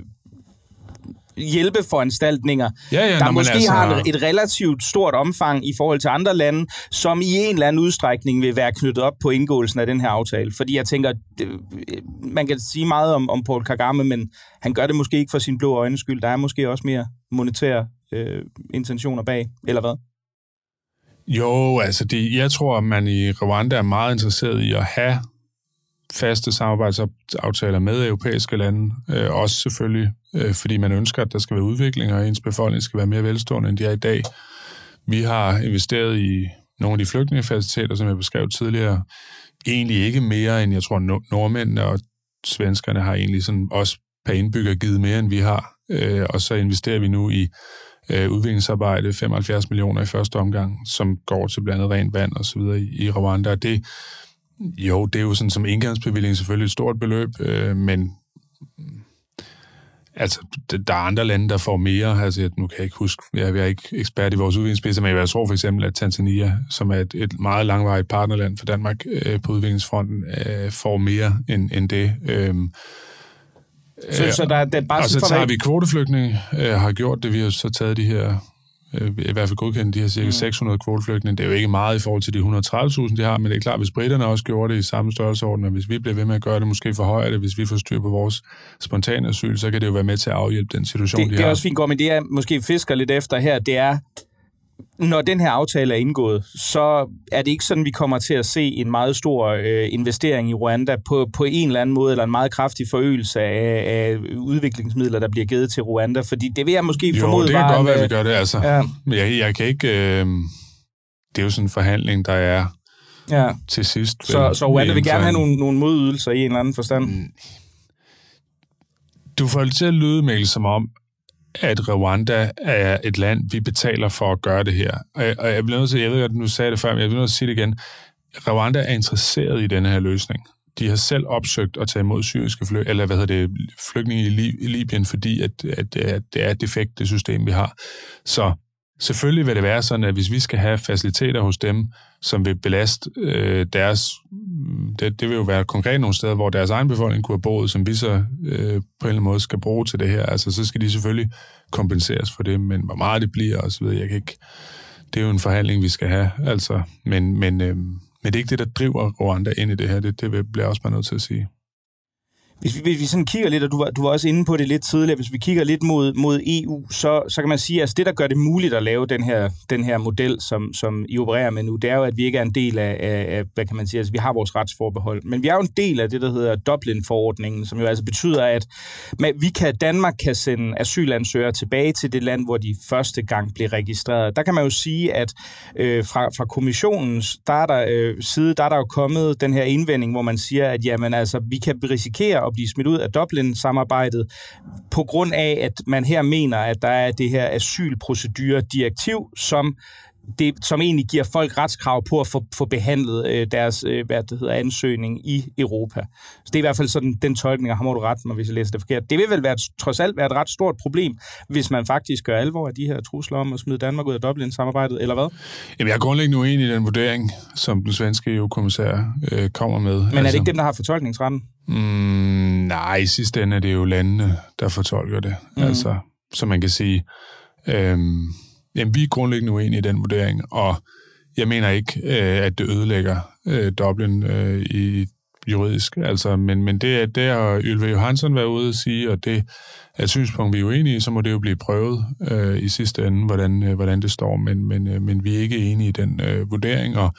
hjælpeforanstaltninger, ja, ja, der måske altså... har et relativt stort omfang i forhold til andre lande, som i en eller anden udstrækning vil være knyttet op på indgåelsen af den her aftale? Fordi jeg tænker, det, man kan sige meget om, om Paul Kagame, men han gør det måske ikke for sin blå øjnes skyld. Der er måske også mere monetære øh, intentioner bag, eller hvad? Jo, altså det, jeg tror, at man i Rwanda er meget interesseret i at have faste samarbejdsaftaler med europæiske lande. Øh, også selvfølgelig, øh, fordi man ønsker, at der skal være udvikling, og ens befolkning skal være mere velstående, end de er i dag. Vi har investeret i nogle af de flygtningefaciliteter, som jeg beskrev tidligere. Egentlig ikke mere, end jeg tror, nordmændene og svenskerne har egentlig sådan også per indbygger givet mere, end vi har. Øh, og så investerer vi nu i udviklingsarbejde, femoghalvfjerds millioner i første omgang, som går til blandt andet rent vand og så videre i, i Rwanda. Det, jo, det er jo sådan som indgangsbevilling selvfølgelig et stort beløb, øh, men altså, der er andre lande, der får mere. Altså, nu kan jeg ikke huske, jeg er ikke ekspert i vores udviklingsspidser, men jeg tror for eksempel, at Tanzania, som er et, et meget langvarigt partnerland for Danmark øh, på udviklingsfronten, øh, får mere end, end det. Øh, Så, så der, der bare og så tager vi kvoteflygtninge, øh, har gjort det, vi har så taget de her, øh, i hvert fald godkendt de her cirka mm. seks hundrede kvoteflygtninge. Det er jo ikke meget i forhold til de et hundrede og tredive tusind, de har, men det er klart, hvis briterne også gjorde det i samme størrelseorden, og hvis vi bliver ved med at gøre det, måske forhøjer det, hvis vi får styr på vores spontane asyl, så kan det jo være med til at afhjælpe den situation, det, de det har. Det er har. også fint, Gård, men det jeg måske fisker lidt efter her, det er, når den her aftale er indgået, så er det ikke sådan, vi kommer til at se en meget stor øh, investering i Rwanda på, på en eller anden måde, eller en meget kraftig forøgelse af, af udviklingsmidler, der bliver givet til Rwanda, fordi det vil jeg måske formode... Jo, det kan bare, godt være, at vi gør det, altså. Ja. Men jeg, jeg kan ikke... Øh, det er jo sådan en forhandling, der er ja. til sidst. Så, så Rwanda vil gerne have nogle, nogle modydelser i en eller anden forstand? Du får det til at lyde, Mikkel, som om, at Rwanda er et land, vi betaler for at gøre det her. Og jeg, og jeg bliver nødt til, jeg ved godt, nu sagde det før, men jeg bliver nødt til at sige det igen. Rwanda er interesseret i denne her løsning. De har selv opsøgt at tage imod syriske fly, eller hvad hedder det, flygtninge i, Lib- i Libyen, fordi at, at, at det er et defekt, det system, vi har. Så selvfølgelig vil det være sådan, at hvis vi skal have faciliteter hos dem, som vil belaste øh, deres... Det, det vil jo være konkret nogle steder, hvor deres egen befolkning kunne have boet, som vi så øh, på en eller anden måde skal bruge til det her. Altså, så skal de selvfølgelig kompenseres for det, men hvor meget det bliver og så videre, jeg kan ikke... Det er jo en forhandling, vi skal have, altså. Men, men, øh, Men det er ikke det, der driver Rwanda ind i det her. Det, det bliver jeg også bare nødt til at sige. Hvis vi, hvis vi sådan kigger lidt, og du var, du var også inde på det lidt tidligere, hvis vi kigger lidt mod, mod E U, så, så kan man sige, at altså det, der gør det muligt at lave den her, den her model, som, som I opererer med nu, det er jo, at vi ikke er en del af, af, af hvad kan man sige, altså vi har vores retsforbehold, men vi er jo en del af det, der hedder Dublin-forordningen, som jo altså betyder, at vi kan, Danmark kan sende asylansøgere tilbage til det land, hvor de første gang blev registreret. Der kan man jo sige, at øh, fra, fra kommissionens der er der, øh, side, der er der jo kommet den her indvending, hvor man siger, at jamen, altså, vi kan risikere at blive smidt ud af Dublin-samarbejdet på grund af, at man her mener, at der er det her asylproceduredirektiv, som det, som egentlig giver folk retskrav på at få, få behandlet øh, deres øh, hvad det hedder, ansøgning i Europa. Så det er i hvert fald sådan den tolkning, og har må du ret mig, hvis jeg læser det forkert. Det vil vel være, trods alt være et ret stort problem, hvis man faktisk gør alvor af de her trusler om at smide Danmark ud af Dublin-samarbejdet, eller hvad? Jamen, jeg er grundlæggende uenig i den vurdering, som den svenske E U-kommissær øh, kommer med. Men er altså, det ikke dem, der har fortolkningsretten? Mm, nej, i sidste ende er det jo landene, der fortolker det. Mm. Altså, så man kan sige... Øh, Jamen, vi er grundlæggende uenige i den vurdering, og jeg mener ikke, øh, at det ødelægger øh, Dublin øh, i juridisk. Altså, men, men det, er, det har Ylva Johansson været ude at sige, og det er et synspunkt, vi er uenige i, så må det jo blive prøvet øh, i sidste ende, hvordan, øh, hvordan det står. Men, men, øh, men vi er ikke enige i den øh, vurdering, og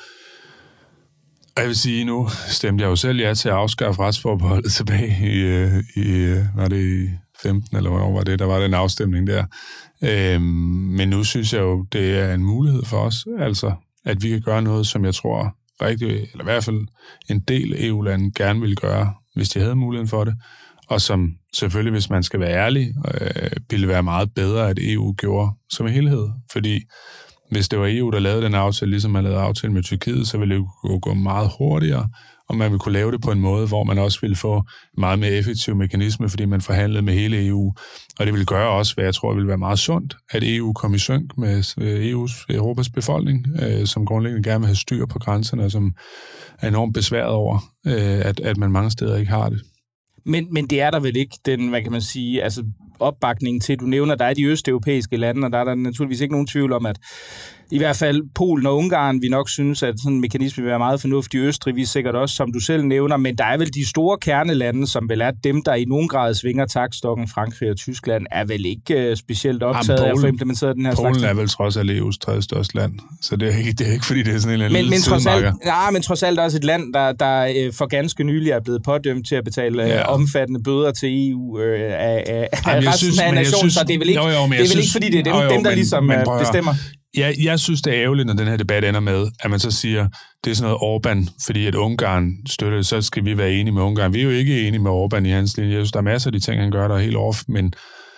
Og jeg vil sige, nu stemte jeg jo selv ja til at afskaffe retsforbeholdet tilbage i, øh, i var det i femten, eller hvornår var det, der var den afstemning der. Øhm, men nu synes jeg jo, det er en mulighed for os, altså, at vi kan gøre noget, som jeg tror rigtig, eller i hvert fald en del E U-lande gerne ville gøre, hvis de havde muligheden for det, og som selvfølgelig, hvis man skal være ærlig, øh, ville være meget bedre, at E U gjorde som en helhed, fordi hvis det var E U, der lavede den aftale, ligesom man lavede aftale med Tyrkiet, så ville det jo gå meget hurtigere, og man ville kunne lave det på en måde, hvor man også ville få en meget mere effektiv mekanisme, fordi man forhandlede med hele E U. Og det ville gøre også, hvad jeg tror ville være meget sundt, at E U kom i synk med E U's, Europas befolkning, øh, som grundlæggende gerne vil have styr på grænserne, og som er enormt besværet over, øh, at, at man mange steder ikke har det. Men, men det er der vel ikke, den, hvad kan man sige, altså opbakning til, du nævner, der er de østeuropæiske lande, og der er der naturligvis ikke nogen tvivl om, at i hvert fald Polen og Ungarn, vi nok synes, at sådan en mekanisme vil være meget fornuftig. Østrig, vi er sikkert også, som du selv nævner, men der er vel de store kernelande, som vel er dem, der i nogen grad svinger taktstokken. Frankrig og Tyskland er vel ikke uh, specielt optaget af at få implementeret den her Polen slags. er vel trods alt E U's tredje største land, så det er ikke, det er ikke fordi det er sådan en eller anden men, lille men trods alt, ja, men trods alt også et land, der, der for ganske nylig er blevet pådømt til at betale ja. omfattende bøder til E U øh, af, af Jamen, resten synes, af nationen, så det er vel ikke, jo, jo, det er vel synes, ikke fordi det er dem, jo, jo, dem der men, ligesom men, bestemmer. Ja, jeg synes, det er ærgerligt, når den her debat ender med, at man så siger, det er sådan noget Orbán, fordi at Ungarn støtter, så skal vi være enige med Ungarn. Vi er jo ikke enige med Orbán i hans linje. Jeg synes, der er masser af de ting, han gør, der er helt off, men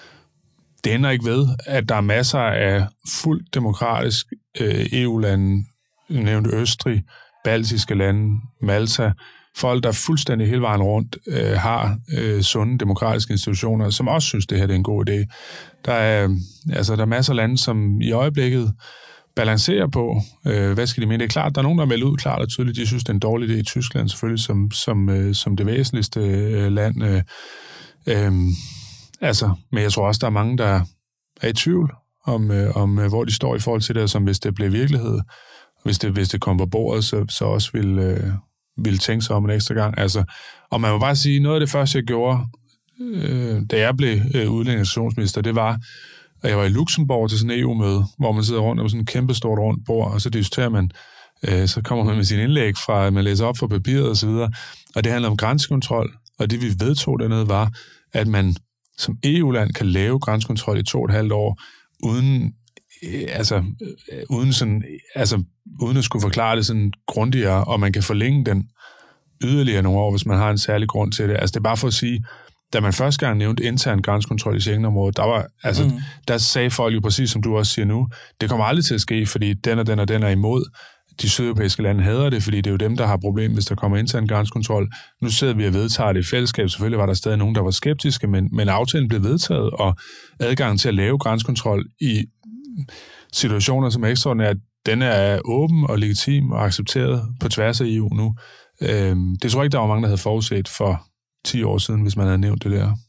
det ender ikke ved, at der er masser af fuldt demokratisk øh, E U-lande, nævnt Østrig, baltiske lande, Malta, folk, der fuldstændig hele vejen rundt øh, har øh, sunde demokratiske institutioner, som også synes, det her det er en god idé. Der er, altså, der er masser af lande, som i øjeblikket balancerer på, øh, hvad skal de mene? Det er klart, der er nogen, der er meldt ud klart og tydeligt, de synes, det er en dårlig idé i Tyskland, selvfølgelig som, som, øh, som det væsentligste øh, land. Øh, øh, altså, men jeg tror også, der er mange, der er i tvivl om, øh, om øh, hvor de står i forhold til det, som hvis det bliver virkelighed, hvis det, hvis det kommer på bordet, så, så også vil... Øh, ville tænke sig om en ekstra gang. Altså, og man må bare sige, noget af det første, jeg gjorde, øh, da jeg blev øh, udlændingsminister, det var, at jeg var i Luxembourg til sådan en E U-møde, hvor man sidder rundt om sådan et kæmpestort rundt bord, og så diskuterer man, øh, så kommer man med sin indlæg fra, at man læser op fra papiret og så videre, og det handler om grænsekontrol, og det vi vedtog dernede var, at man som E U-land kan lave grænsekontrol i to og et halvt år, uden altså uden sådan altså uden at skulle forklare det sådan grundigere, og man kan forlænge den yderligere nogle år, hvis man har en særlig grund til det. Altså det er bare for at sige, da man første gang nævnte intern grænsekontrol i Schengen-området, der var altså mm. der sagde folk jo præcis som du også siger nu, det kommer aldrig til at ske, fordi den og den og den er imod. De sydeuropæiske lande hader det, fordi det er jo dem, der har problem, hvis der kommer intern grænsekontrol. Nu sidder vi og vedtager det i fællesskab. Selvfølgelig var der stadig nogen, der var skeptiske, men, men aftalen blev vedtaget, og adgangen til at lave grænsekontrol i situationer som er ekstraordinært, den er åben og legitim og accepteret på tværs af E U nu. Øhm, det tror jeg ikke, der var mange, der havde forudset for ti år siden, hvis man havde nævnt det der.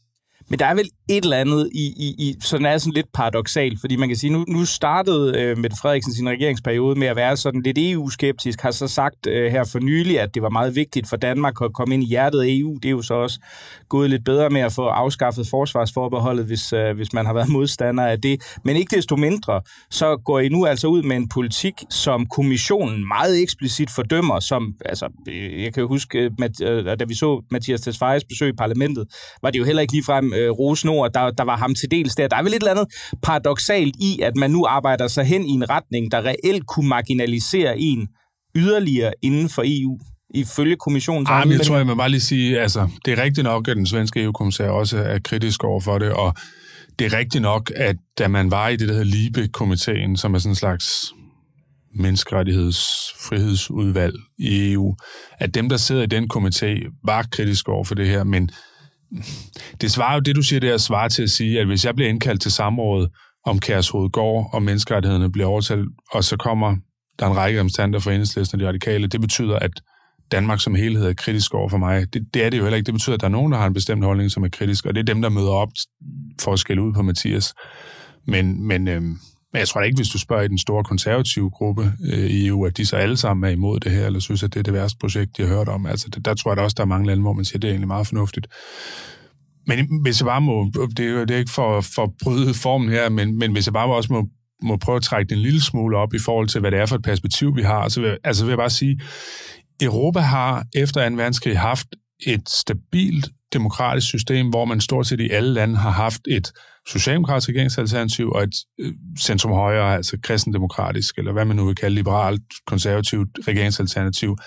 Men der er vel et eller andet i, i, i sådan er sådan lidt paradoksalt, fordi man kan sige, nu, nu startede øh, Mette Frederiksen sin regeringsperiode med at være sådan lidt E U-skeptisk, har så sagt øh, her for nylig, at det var meget vigtigt for Danmark at komme ind i hjertet af E U. Det er jo så også gået lidt bedre med at få afskaffet forsvarsforbeholdet, hvis, øh, hvis man har været modstander af det. Men ikke desto mindre, så går I nu altså ud med en politik, som kommissionen meget eksplicit fordømmer, som, altså, jeg kan jo huske, da vi så Mattias Tesfayes besøg i parlamentet, var det jo heller ikke ligefrem øh, rosenord, der, der var ham til dels der. Der er vel et eller andet paradoksalt i, at man nu arbejder sig hen i en retning, der reelt kunne marginalisere en yderligere inden for E U, ifølge kommissionens egen. Jeg tror, jeg må bare lige sige, altså, det er rigtigt nok, at den svenske E U-kommissær også er kritisk over for det, og det er rigtigt nok, at da man var i det, der hedder LIBE-komiteen, som er sådan en slags menneskerettighedsfrihedsudvalg i E U, at dem, der sidder i den komité, var kritiske over for det her, men det svarer jo, det du siger, det er svarer til at sige, at hvis jeg bliver indkaldt til samråd om Kærshovedgård og menneskerettighederne bliver overtalt, og så kommer der en række repræsentanter fra Enhedslisten og de radikale, det betyder, at Danmark som helhed er kritisk over for mig. Det, det er det jo heller ikke. Det betyder, at der er nogen, der har en bestemt holdning, som er kritisk, og det er dem, der møder op for at skælde ud på Mathias. Men, men, øhm, men jeg tror ikke, hvis du spørger i den store konservative gruppe øh, i E U, at de så alle sammen er imod det her, eller synes, at det er det værste projekt, de har hørt om. Altså, det, der tror jeg da også, der er mange lande, hvor man siger, at det er egentlig meget fornuftigt. Men hvis jeg bare må, det er, det er ikke for, for at bryde formen her, men, men hvis jeg bare også må, må prøve at trække den en lille smule op i forhold til, hvad det er for et perspektiv, vi har, så vil, altså vil jeg bare sige, Europa har efter anden verdenskrig haft et stabilt demokratisk system, hvor man stort set i alle lande har haft et socialdemokratisk regeringsalternativ og et centrum-højre, altså kristendemokratisk, eller hvad man nu vil kalde liberalt, konservativt regeringsalternativ,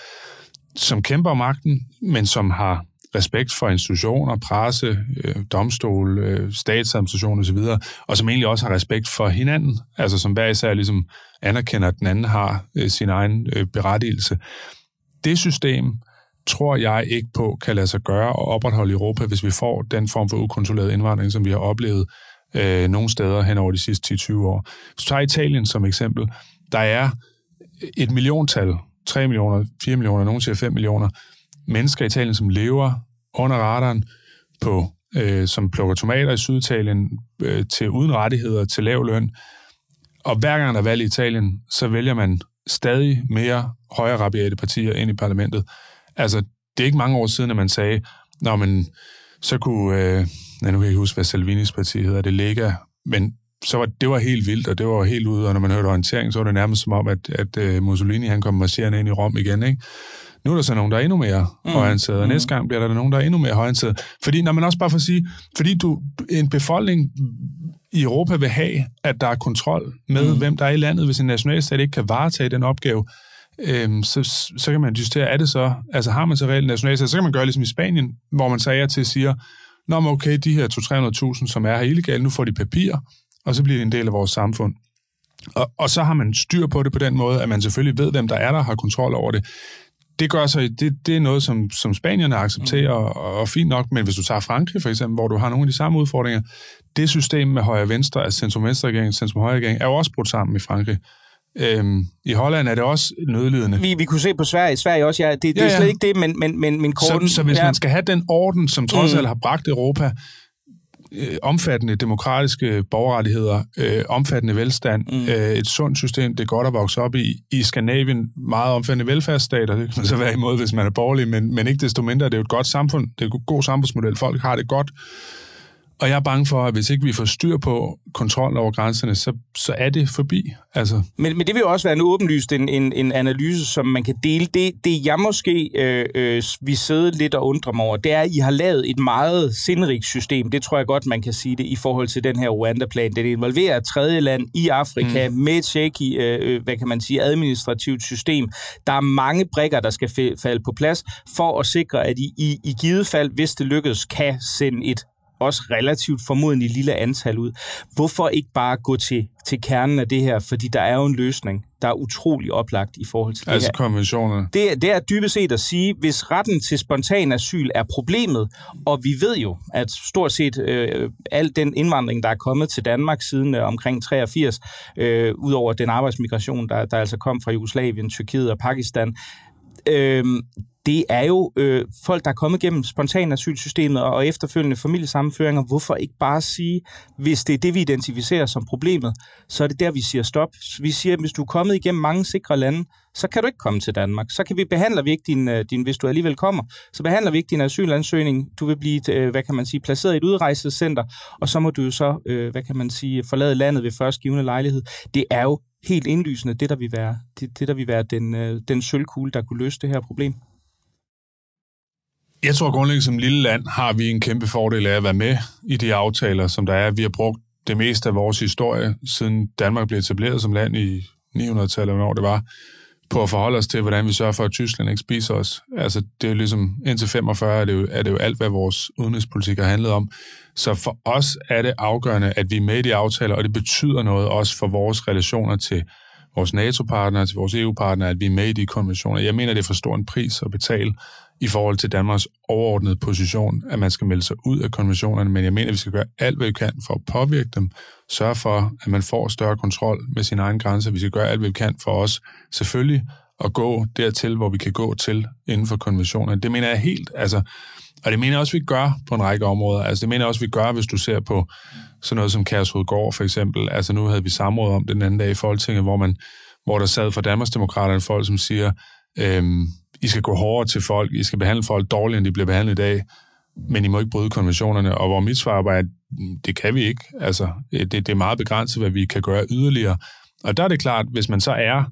som kæmper om magten, men som har respekt for institutioner, presse, øh, domstol, øh, statsadministration osv., og som egentlig også har respekt for hinanden, altså som hver især ligesom anerkender, at den anden har øh, sin egen øh, berettigelse. Det system tror jeg ikke på kan lade sig gøre og opretholde i Europa, hvis vi får den form for ukontrolleret indvandring, som vi har oplevet øh, nogle steder hen over de sidste ti til tyve år. Hvis du tager Italien som eksempel, der er et milliontal, tre millioner, fire millioner, nogen siger fem millioner mennesker i Italien, som lever under radaren, på, øh, som plukker tomater i Syditalien øh, til uden rettigheder, til lav løn. Og hver gang der er valg i Italien, så vælger man stadig mere højre rabiate partier ind i parlamentet. Altså, det er ikke mange år siden, at man sagde, nå, men så kunne, øh, nej, nu kan jeg ikke huske, hvad Salvinis parti hedder, det Lega, men så var, det var helt vildt, og det var helt ude, og når man hørte orientering, så var det nærmest som om, at, at uh, Mussolini, han kom marcherende ind i Rom igen, ikke? Nu er der så nogen, der er endnu mere mm. højreorienteret, og mm. næste gang bliver der nogen, der er endnu mere højreorienteret. Fordi, når man også bare får sige, fordi du, en befolkning i Europa vil have, at der er kontrol med, mm. hvem der er i landet, hvis en nationalstat ikke kan varetage den opgave, øhm, så, så kan man justere, er det så, altså har man så reelt en nationalstat, så kan man gøre ligesom i Spanien, hvor man så er til at sige, nå, men okay, de her to til tre hundrede tusind, som er her illegale, nu får de papir, og så bliver det en del af vores samfund. Og, og så har man styr på det på den måde, at man selvfølgelig ved, hvem der er der, har kontrol over det. Det gør så, det, det er noget, som, som spanierne accepterer, mm. og, og fint nok, men hvis du tager Frankrig for eksempel, hvor du har nogle af de samme udfordringer, det system med højre-venstre, altså centrum-venstre-regering, centrum-højre-regering, er jo også brudt sammen i Frankrig. Øhm, I Holland er det også nødlidende. Vi, vi kunne se på Sverige, Sverige også, ja, det, det ja, ja. er slet ikke det, men, men, men, men korten... Så, så hvis ja. man skal have den orden, som trods alt mm. har bragt Europa, øh, omfattende demokratiske borgerrettigheder, øh, omfattende velstand, mm. øh, et sundt system, det er godt at vokse op i. I Skandinavien meget omfattende velfærdsstater, det kan man så være imod, hvis man er borgerlig, men, men ikke desto mindre, det er jo et godt samfund, det er en god samfundsmodel, folk har det godt. Og jeg er bange for, at hvis ikke vi får styr på kontrol over grænserne, så, så er det forbi. Altså. Men, men det vil jo også være en åbenlyst en, en, en analyse, som man kan dele. Det, det jeg måske øh, øh, vi sidder lidt og undrer mig over, det er, at I har lavet et meget sindrigt system. Det tror jeg godt, man kan sige det i forhold til den her Rwanda-plan. Det involverer et tredje land i Afrika mm. med et shaky, øh, hvad kan man sige, administrativt system. Der er mange brikker, der skal falde på plads for at sikre, at I i, i givet fald, hvis det lykkes, kan sende et også relativt formodentlig lille antal ud. Hvorfor ikke bare gå til, til kernen af det her? Fordi der er jo en løsning, der er utrolig oplagt i forhold til det altså her. Altså konventionerne. Det, det er dybest set at sige, hvis retten til spontan asyl er problemet, og vi ved jo, at stort set øh, al den indvandring, der er kommet til Danmark siden øh, omkring treogfirs, øh, ud over den arbejdsmigration, der, der altså kom fra Jugoslavien, Tyrkiet og Pakistan, Øhm, det er jo øh, folk, der er kommet gennem spontan asylsystemet og, og efterfølgende familiesammenføringer. Hvorfor ikke bare sige, hvis det er det, vi identificerer som problemet, så er det der, vi siger stop. Vi siger, at hvis du er kommet igennem mange sikre lande, så kan du ikke komme til Danmark. Så kan vi behandle vi ikke din, din, hvis du alligevel kommer, så behandler vi ikke din asylansøgning. Du vil blive, hvad kan man sige, placeret i et udrejsecenter, og så må du jo så, hvad kan man sige, forlade landet ved først givende lejlighed. Det er jo helt indlysende, det der vil være, det, det der vil være den, den sølvkugle, der kunne løse det her problem. Jeg tror grundlæggende, som lille land har vi en kæmpe fordel af at være med i de aftaler, som der er. Vi har brugt det meste af vores historie, siden Danmark blev etableret som land i ni hundrede-tallet, hvornår det var, på at forholde os til, hvordan vi sørger for, at Tyskland ikke spiser os. Altså, det er jo ligesom, indtil femogfyrre er det jo, er det jo alt, hvad vores udenrigspolitik har handlet om. Så for os er det afgørende, at vi er med i de aftaler, og det betyder noget også for vores relationer til vores NATO-partnere, til vores E U-partnere, at vi er med i de konventioner. Jeg mener, det er for stor en pris at betale i forhold til Danmarks overordnede position, at man skal melde sig ud af konventionerne, men jeg mener, at vi skal gøre alt, hvad vi kan for at påvirke dem, sørge for, at man får større kontrol med sine egne grænser. Vi skal gøre alt, hvad vi kan for os selvfølgelig at gå dertil, hvor vi kan gå til inden for konventionerne. Det mener jeg helt, altså, og det mener jeg også, vi gør på en række områder. Altså, det mener jeg også, vi gør, hvis du ser på sådan noget som Kærshovedgård for eksempel. Altså, nu havde vi samråd om den anden dag i Folketinget, hvor, man, hvor der sad for Danmarksdemokraterne folk, som siger, øhm, I skal gå hårdere til folk, I skal behandle folk dårligere, end de bliver behandlet i dag, men I må ikke bryde konventionerne. Og hvor mit svar var, at det kan vi ikke. Altså, det, det er meget begrænset, hvad vi kan gøre yderligere. Og der er det klart, hvis man så er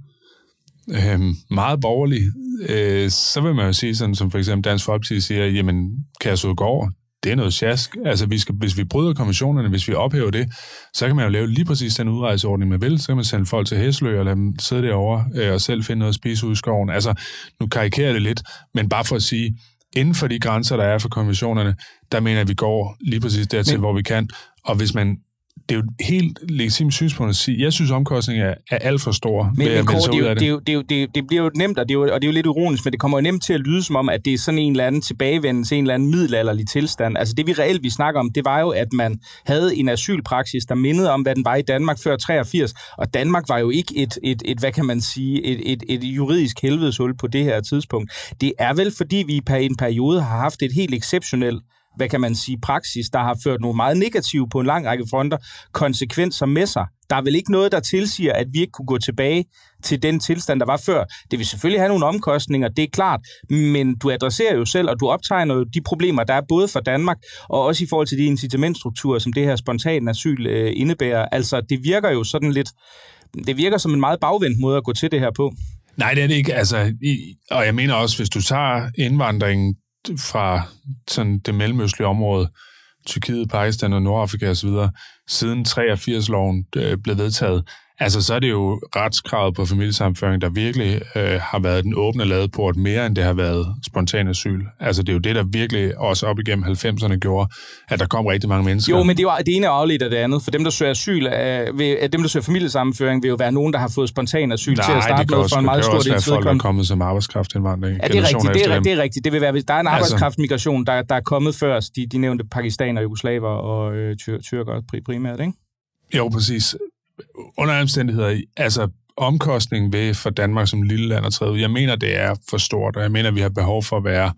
øh, meget borgerlig, øh, så vil man jo sige, sådan som for eksempel Dansk Folkeparti siger, jamen, Kærshovedgård, det er noget sjask. Altså, vi skal, hvis vi bryder konventionerne, hvis vi ophæver det, så kan man jo lave lige præcis den udrejseordning, man vil. Så kan man sende folk til Hæslø og lade dem sidde derovre øh, og selv finde noget at spise ude i skoven. Altså, nu karikerer det lidt, men bare for at sige, inden for de grænser, der er for konventionerne, der mener jeg, at vi går lige præcis dertil, men hvor vi kan. Og hvis man det er jo et helt legitimt synspunkt at sige, jeg synes, omkostningen er, er alt for stor. Men, men Kåre, det, det. Det, det, det, det bliver jo nemt, og det, er jo, og det er jo lidt ironisk, men det kommer jo nemt til at lyde som om, at det er sådan en eller anden tilbagevendelse, en eller anden middelalderlig tilstand. Altså det, vi reelt vi snakker om, det var jo, at man havde en asylpraksis, der mindede om, hvad den var i Danmark før treogfirs, og Danmark var jo ikke et, et, et hvad kan man sige, et, et, et juridisk helvedeshul på det her tidspunkt. Det er vel, fordi vi i en periode har haft et helt exceptionelt, hvad kan man sige, praksis, der har ført nogle meget negative på en lang række fronter, konsekvenser med sig. Der er vel ikke noget, der tilsiger, at vi ikke kunne gå tilbage til den tilstand, der var før. Det vil selvfølgelig have nogle omkostninger, det er klart, men du adresserer jo selv, og du optegner jo de problemer, der er både for Danmark, og også i forhold til de incitamentstrukturer, som det her spontane asyl øh, indebærer. Altså, det virker jo sådan lidt, det virker som en meget bagvendt måde at gå til det her på. Nej, det er det ikke. Altså, i, og jeg mener også, hvis du tager indvandringen fra sådan det mellemøstlige område, Tyrkiet, Pakistan og Nordafrika osv., siden treogfirs-loven øh, blev vedtaget, altså så er det jo retskravet på familiesammenføring, der virkelig øh, har været den åbne ladeport mere, end det har været spontan asyl. Altså det er jo det, der virkelig også op igennem halvfemserne gjorde, at der kom rigtig mange mennesker. Jo, men det, var, det ene er afledt af det andet. For dem, der søger asyl, er, vil, dem, der søger familiesammenføring, vil jo være nogen, der har fået spontan asyl Nej, til at starte med for en meget stor del. Det kan også være folk, der er kommet som arbejdskraftindvandring. Ja, det er rigtigt. Det er, det er rigtigt. Det vil være, hvis der er en arbejdskraftmigration, der, der er kommet før de, de nævnte pakistaner, jugoslaver og øh, tyr, tyrker primært, ikke? Jo, præcis. Under omstændigheder, altså omkostningen ved for Danmark som lille land at træde ud, jeg mener, det er for stort, og jeg mener, vi har behov for at være,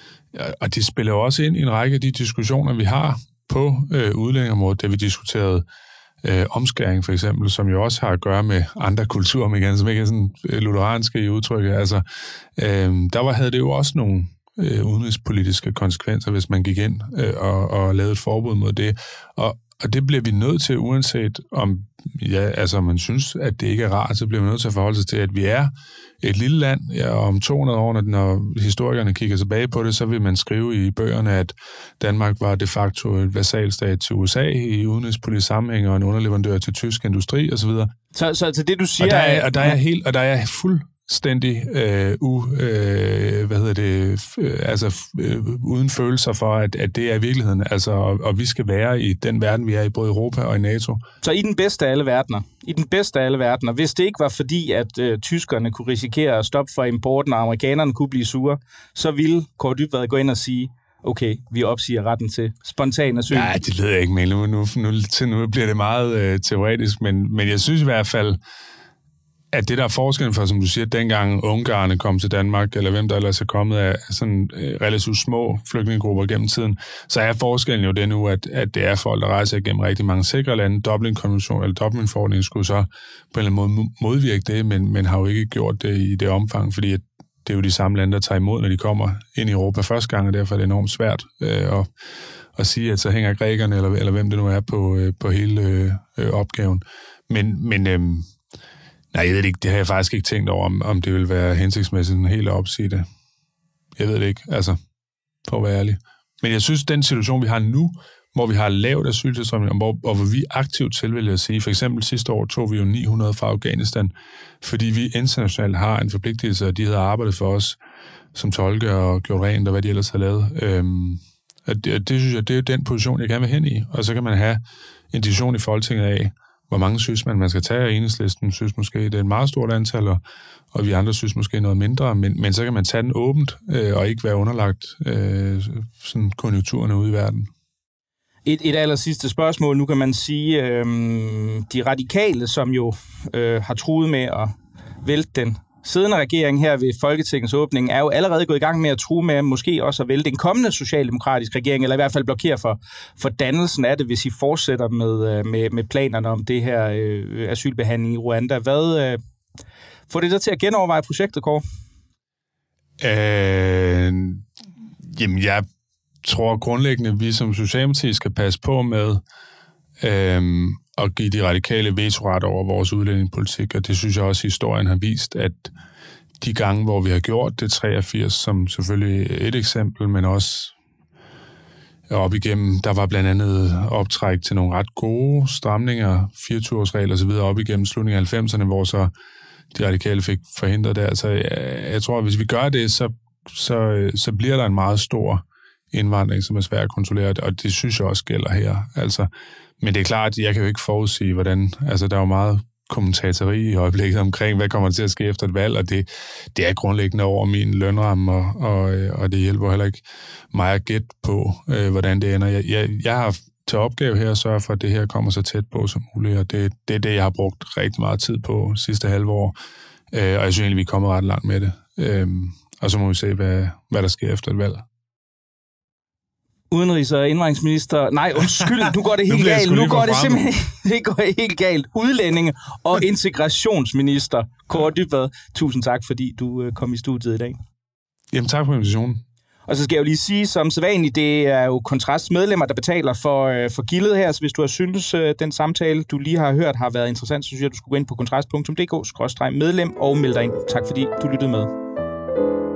og det spiller også ind i en række af de diskussioner, vi har på øh, udlændingeområdet, det vi diskuterede øh, omskæring for eksempel, som jo også har at gøre med andre kulturer, igen, som ikke er sådan øh, lutheranske i udtrykket. Altså, øh, der var, havde det jo også nogle øh, udenrigspolitiske konsekvenser, hvis man gik ind øh, og, og lavede et forbud mod det, og Og det bliver vi nødt til, uanset om ja, altså, man synes, at det ikke er rart, så bliver vi nødt til at forholde sig til, at vi er et lille land, ja, og om to hundrede år, når historikerne kigger tilbage på det, så vil man skrive i bøgerne, at Danmark var de facto et vasalstat til U S A i udenrigspolitisk sammenhæng og en underleverandør til tysk industri osv. Så, så til det, du siger... Og der er, og der er, helt, og der er fuld... stændig øh, u, øh, hvad hedder det, øh, altså øh, uden følelser for, at, at det er virkeligheden, altså, og, og vi skal være i den verden, vi er i, både Europa og i NATO. Så i den bedste af alle verdener, i den bedste af alle verdener, hvis det ikke var fordi, at øh, tyskerne kunne risikere at stoppe for importen, og amerikanerne kunne blive sure, så ville Kaare Dybvad gå ind og sige, okay, vi opsiger retten til spontan asyl. Nej, det ved jeg ikke, men nu, nu, nu, nu bliver det meget øh, teoretisk, men, men jeg synes i hvert fald, at det der er forskellen for, som du siger, dengang ungarerne kom til Danmark, eller hvem der ellers er kommet af sådan øh, relativt små flygtningegrupper gennem tiden, så er forskellen jo det nu, at, at det er folk, der rejser igennem rigtig mange sikre lande. Dublin-konvention eller Dublin-forordningen skulle så på en eller anden måde modvirke det, men, men har jo ikke gjort det i det omfang, fordi at det er jo de samme lande, der tager imod, når de kommer ind i Europa første gang, og derfor er det enormt svært øh, at, at sige, at så hænger grækerne, eller, eller hvem det nu er, på, øh, på hele øh, opgaven. Men, men øh, nej, jeg ved ikke, det har jeg faktisk ikke tænkt over, om, om det vil være hensigtsmæssigt en helt at opsige det. Jeg ved det ikke, altså, for at være ærlig. Men jeg synes, den situation, vi har nu, hvor vi har lavt asyltilstrømning, og hvor, og hvor vi aktivt tilvælger at sige, for eksempel sidste år tog vi jo ni hundrede fra Afghanistan, fordi vi internationalt har en forpligtelse, og de havde arbejdet for os som tolke og gjort rent, og hvad de ellers har lavet. Øhm, og det, det synes jeg, det er den position, jeg gerne vil hen i. Og så kan man have en diskussion i Folketinget af, hvor mange synes man, man skal tage, og Enhedslisten synes måske, det er et meget stort antal, og, og vi andre synes måske noget mindre, men, men så kan man tage den åbent, øh, og ikke være underlagt øh, sådan konjunkturerne ude i verden. Et, et aller sidste spørgsmål. Nu kan man sige, øh, de radikale, som jo øh, har truet med at vælte den siddende regering her ved Folketingets åbning, er jo allerede gået i gang med at true med måske også at vælte en kommende socialdemokratisk regering, eller i hvert fald blokere for, for dannelsen af det, hvis I fortsætter med, med, med planerne om det her øh, asylbehandling i Rwanda. Hvad øh, får det dig til at genoverveje projektet, Kåre? Øh, jamen, jeg tror grundlæggende, at vi som Socialdemokrati skal passe på med øhm, at give de radikale vetoret over vores udlændingepolitik, og det synes jeg også, historien har vist, at de gange, hvor vi har gjort det, treogfirs som selvfølgelig et eksempel, men også op igennem, der var blandt andet optræk til nogle ret gode stramninger, fireogtyve-årsregler og så videre, op igennem slutningen af halvfemserne, hvor så de radikale fik forhindret det. Altså, jeg, jeg tror, at hvis vi gør det, så, så, så bliver der en meget stor indvandring, som er svær at kontrollere, og det synes jeg også gælder her. Altså, men det er klart, at jeg kan jo ikke forudsige, hvordan, altså der er jo meget kommentatori i øjeblikket omkring, hvad kommer der til at ske efter et valg, og det, det er grundlæggende over min lønramme, og, og, og det hjælper heller ikke mig at gætte på, øh, hvordan det ender. Jeg, jeg, jeg har til opgave her at sørge for, at det her kommer så tæt på som muligt, og det, det er det, jeg har brugt rigtig meget tid på sidste halve år, øh, og jeg synes egentlig, vi er kommet ret langt med det. Øh, og så må vi se, hvad, hvad der sker efter et valg. Udenrigs- og indvandringsminister... Nej, undskyld, nu går det helt galt. Nu går det simpelthen det går helt galt. Udlændinge- og integrationsminister Kaare Dybvad. Tusind tak, fordi du kom i studiet i dag. Jamen, tak for invitationen. Og så skal jeg jo lige sige, som sædvanligt, det er jo Kontrasts medlemmer, der betaler for, for gildet her. Så hvis du har syntes, den samtale, du lige har hørt, har været interessant, så synes jeg, du skulle gå ind på kontrast punktum d k skråstreg medlem og melde dig ind. Tak fordi du lyttede med.